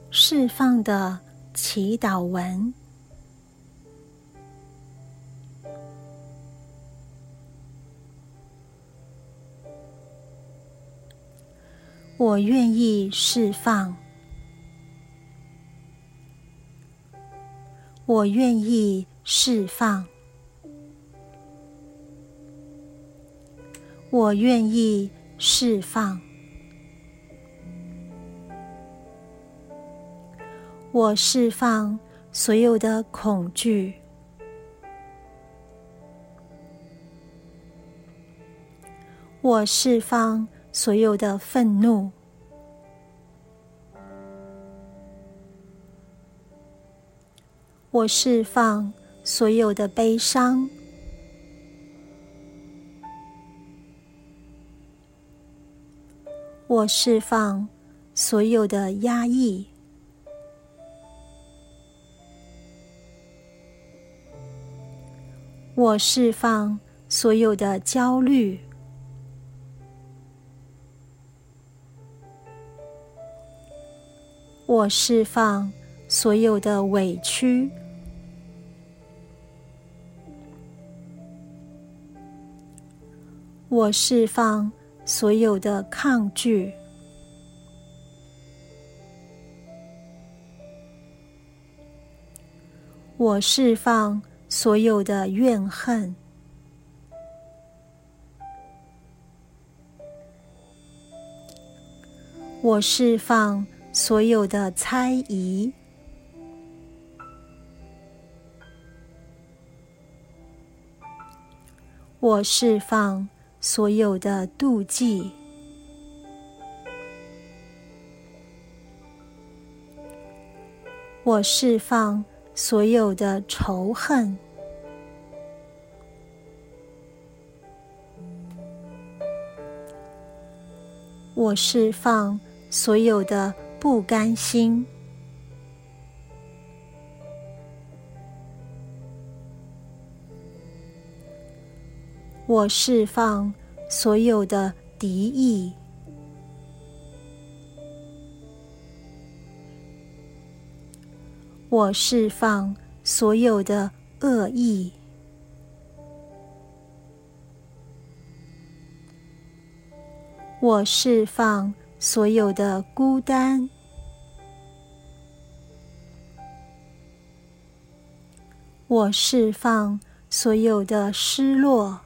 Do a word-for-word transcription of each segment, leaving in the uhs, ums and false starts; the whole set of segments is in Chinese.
释放的祈祷文。我愿意释放，我愿意释放，我愿意释放。我释放所有的恐惧，我释放所有的愤怒，我释放所有的悲伤，我释放所有的压抑，我释放所有的焦虑，我释放所有的委屈，我释放所有的抗拒，我释放所有的怨恨，我释放所有的猜疑，我释放所有的妒忌，我释放所有的仇恨，我释放所有的不甘心，我释放所有的敌意，我释放所有的恶意，我释放所有的孤单，我释放所有的失落，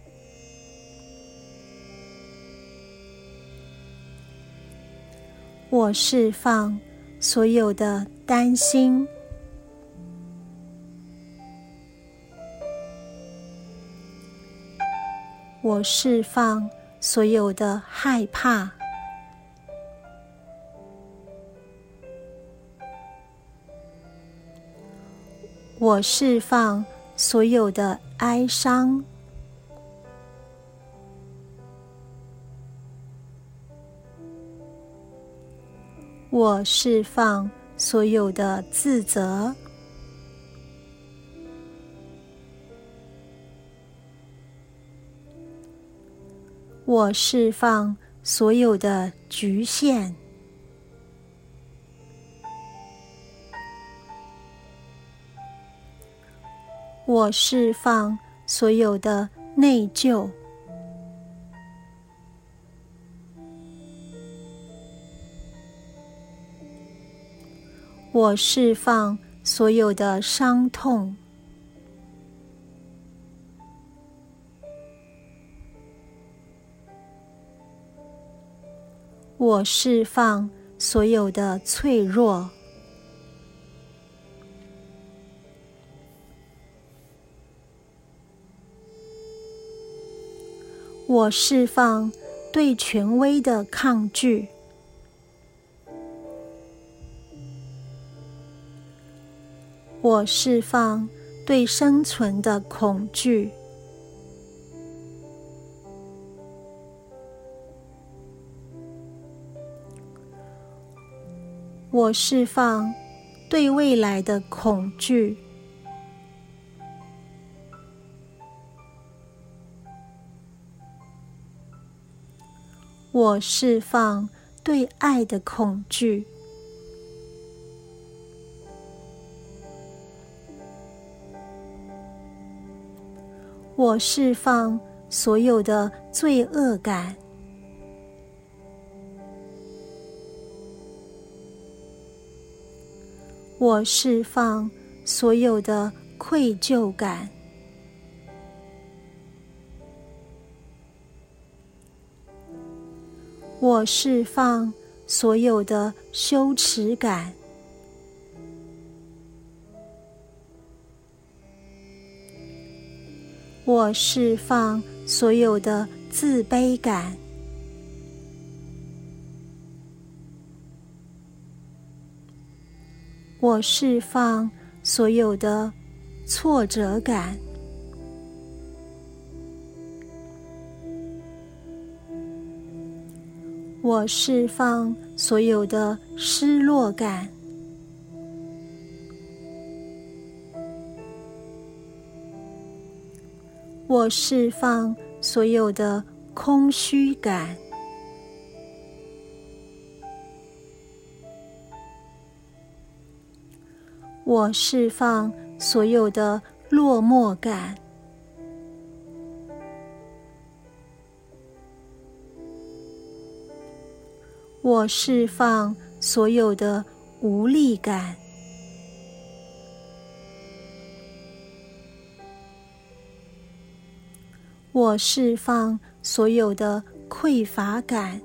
我释放所有的担心，我释放所有的害怕，我释放所有的哀伤，我释放所有的自责，我释放所有的局限，我释放所有的内疚，我释放所有的伤痛，我释放所有的脆弱，我释放对权威的抗拒，我释放对生存的恐惧，我释放对未来的恐惧，我释放对爱的恐惧， 我释放所有的罪恶感，我释放所有的愧疚感，我释放所有的羞耻感，我释放所有的自卑感，我释放所有的挫折感，我释放所有的失落感，我释放所有的空虚感，我释放所有的落寞感，我释放所有的无力感，我释放所有的匮乏感，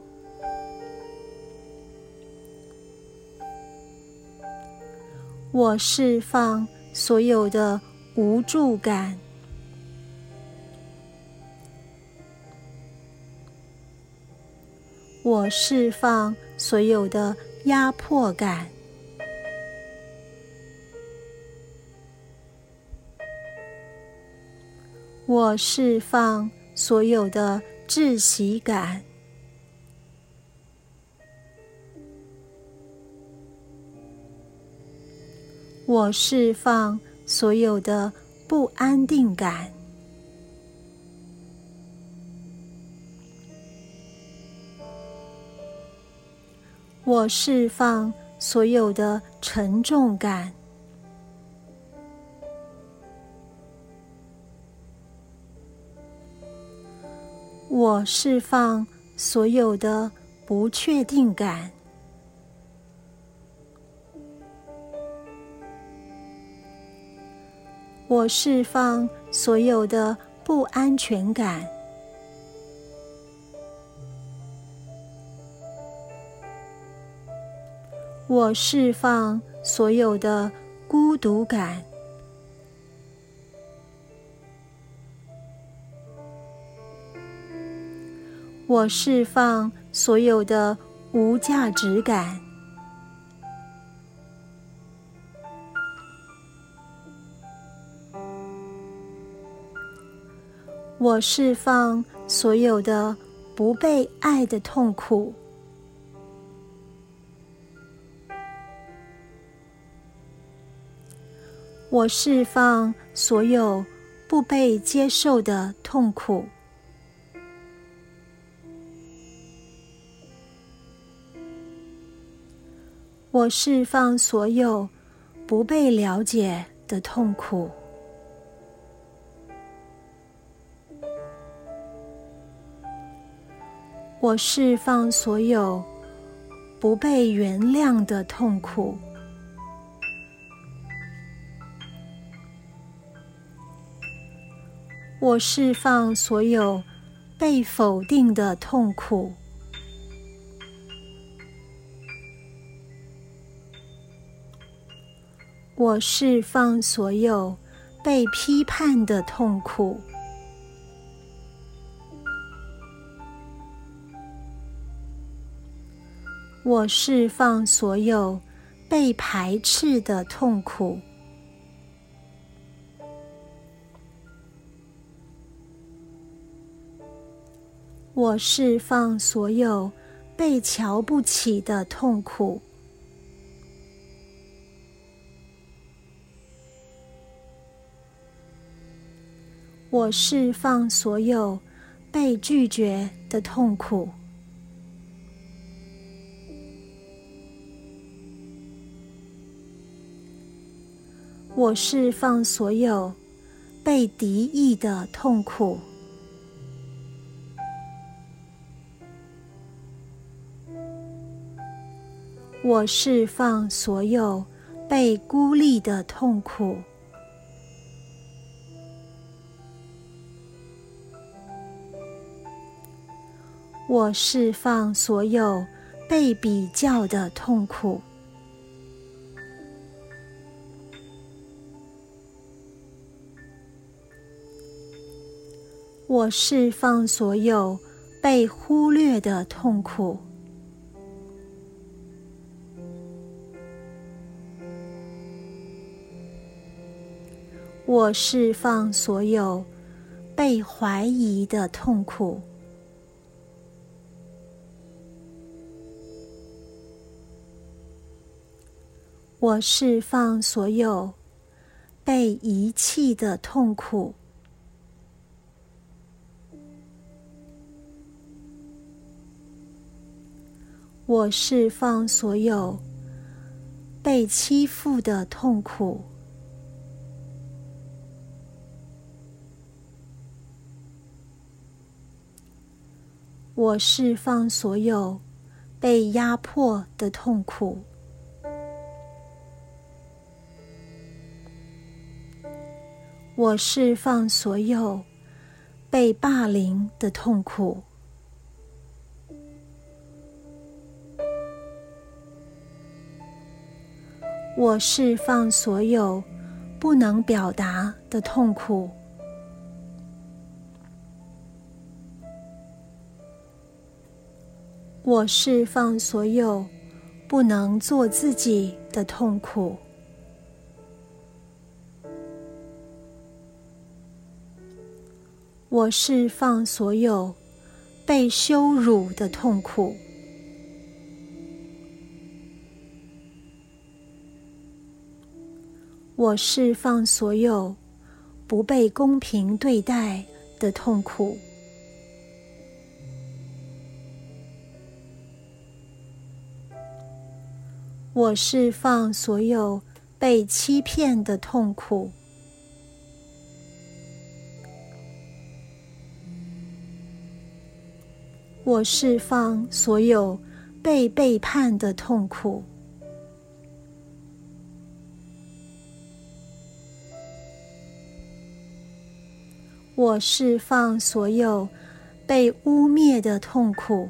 我释放所有的无助感，我释放所有的压迫感，我释放所有的窒息感，我释放所有的不安定感，我释放所有的沉重感，我释放所有的不确定感，我释放所有的不安全感，我释放所有的孤独感，我释放所有的无价值感，我释放所有的不被爱的痛苦，我释放所有不被接受的痛苦，我释放所有不被了解的痛苦，我释放所有不被原谅的痛苦，我释放所有被否定的痛苦，我释放所有被批判的痛苦，我释放所有被排斥的痛苦，我释放所有被瞧不起的痛苦，我释放所有被拒绝的痛苦，我释放所有被敌意的痛苦。我释放所有被孤立的痛苦。我释放所有被比较的痛苦。我释放所有被忽略的痛苦。我释放所有被怀疑的痛苦。我释放所有被遗弃的痛苦。我释放所有被欺负的痛苦。我释放所有被压迫的痛苦。我释放所有被霸凌的痛苦。我释放所有不能表达的痛苦。我释放所有不能做自己的痛苦。我释放所有被羞辱的痛苦。我释放所有不被公平对待的痛苦。我释放所有被欺骗的痛苦。我释放所有被背叛的痛苦。我释放所有被污蔑的痛苦。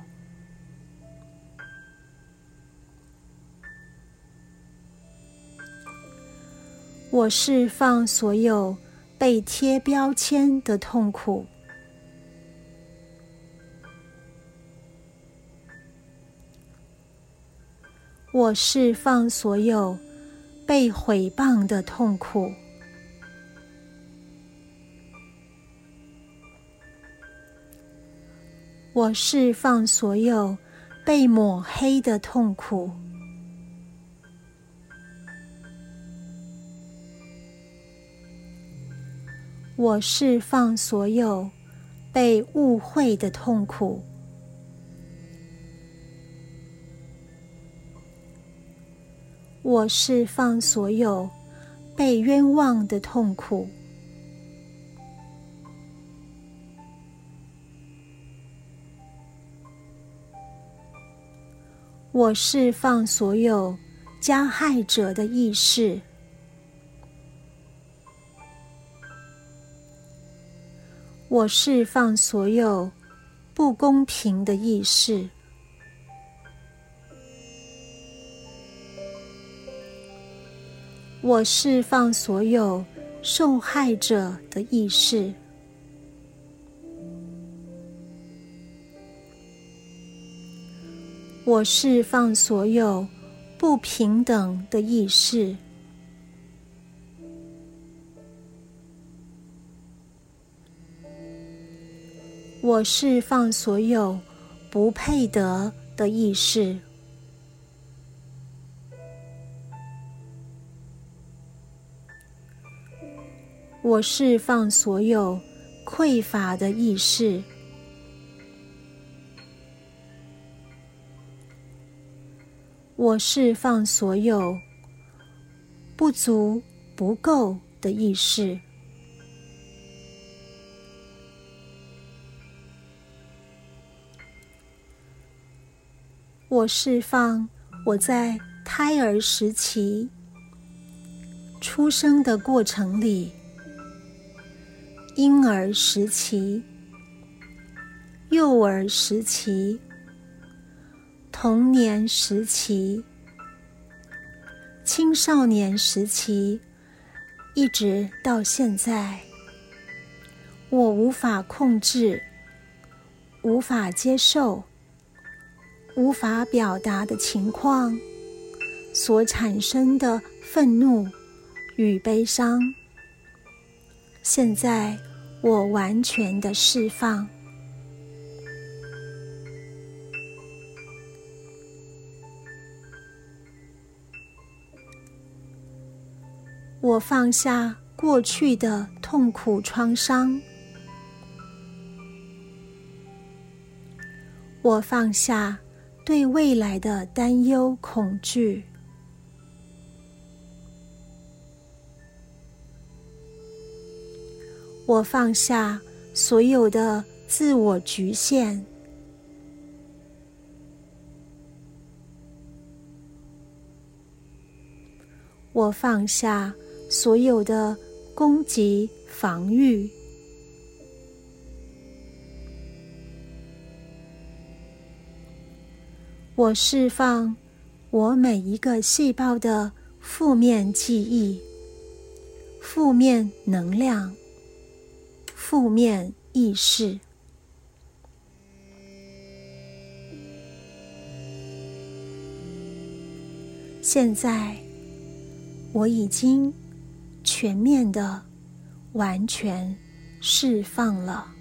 我释放所有被贴标签的痛苦。我释放所有被毁谤的痛苦。我释放所有被抹黑的痛苦。我释放所有被误会的痛苦。我释放所有被冤枉的痛苦。我释放所有加害者的意识。我释放所有不公平的意识。我释放所有受害者的意识。我释放所有不平等的意识。我释放所有不配得的意识。我释放所有匮乏的意识。我释放所有不足、不够的意识。 我释放我在胎儿时期、出生的过程里、婴儿时期、幼儿时期、童年时期、青少年时期，一直到现在，我无法控制、无法接受、无法表达的情况所产生的愤怒与悲伤，现在我完全的释放。我放下过去的痛苦创伤，我放下对未来的担忧恐惧，我放下所有的自我局限，我放下所有的攻击防御，我释放我每一个细胞的负面记忆、负面能量、负面意识。现在我已经全面的完全释放了。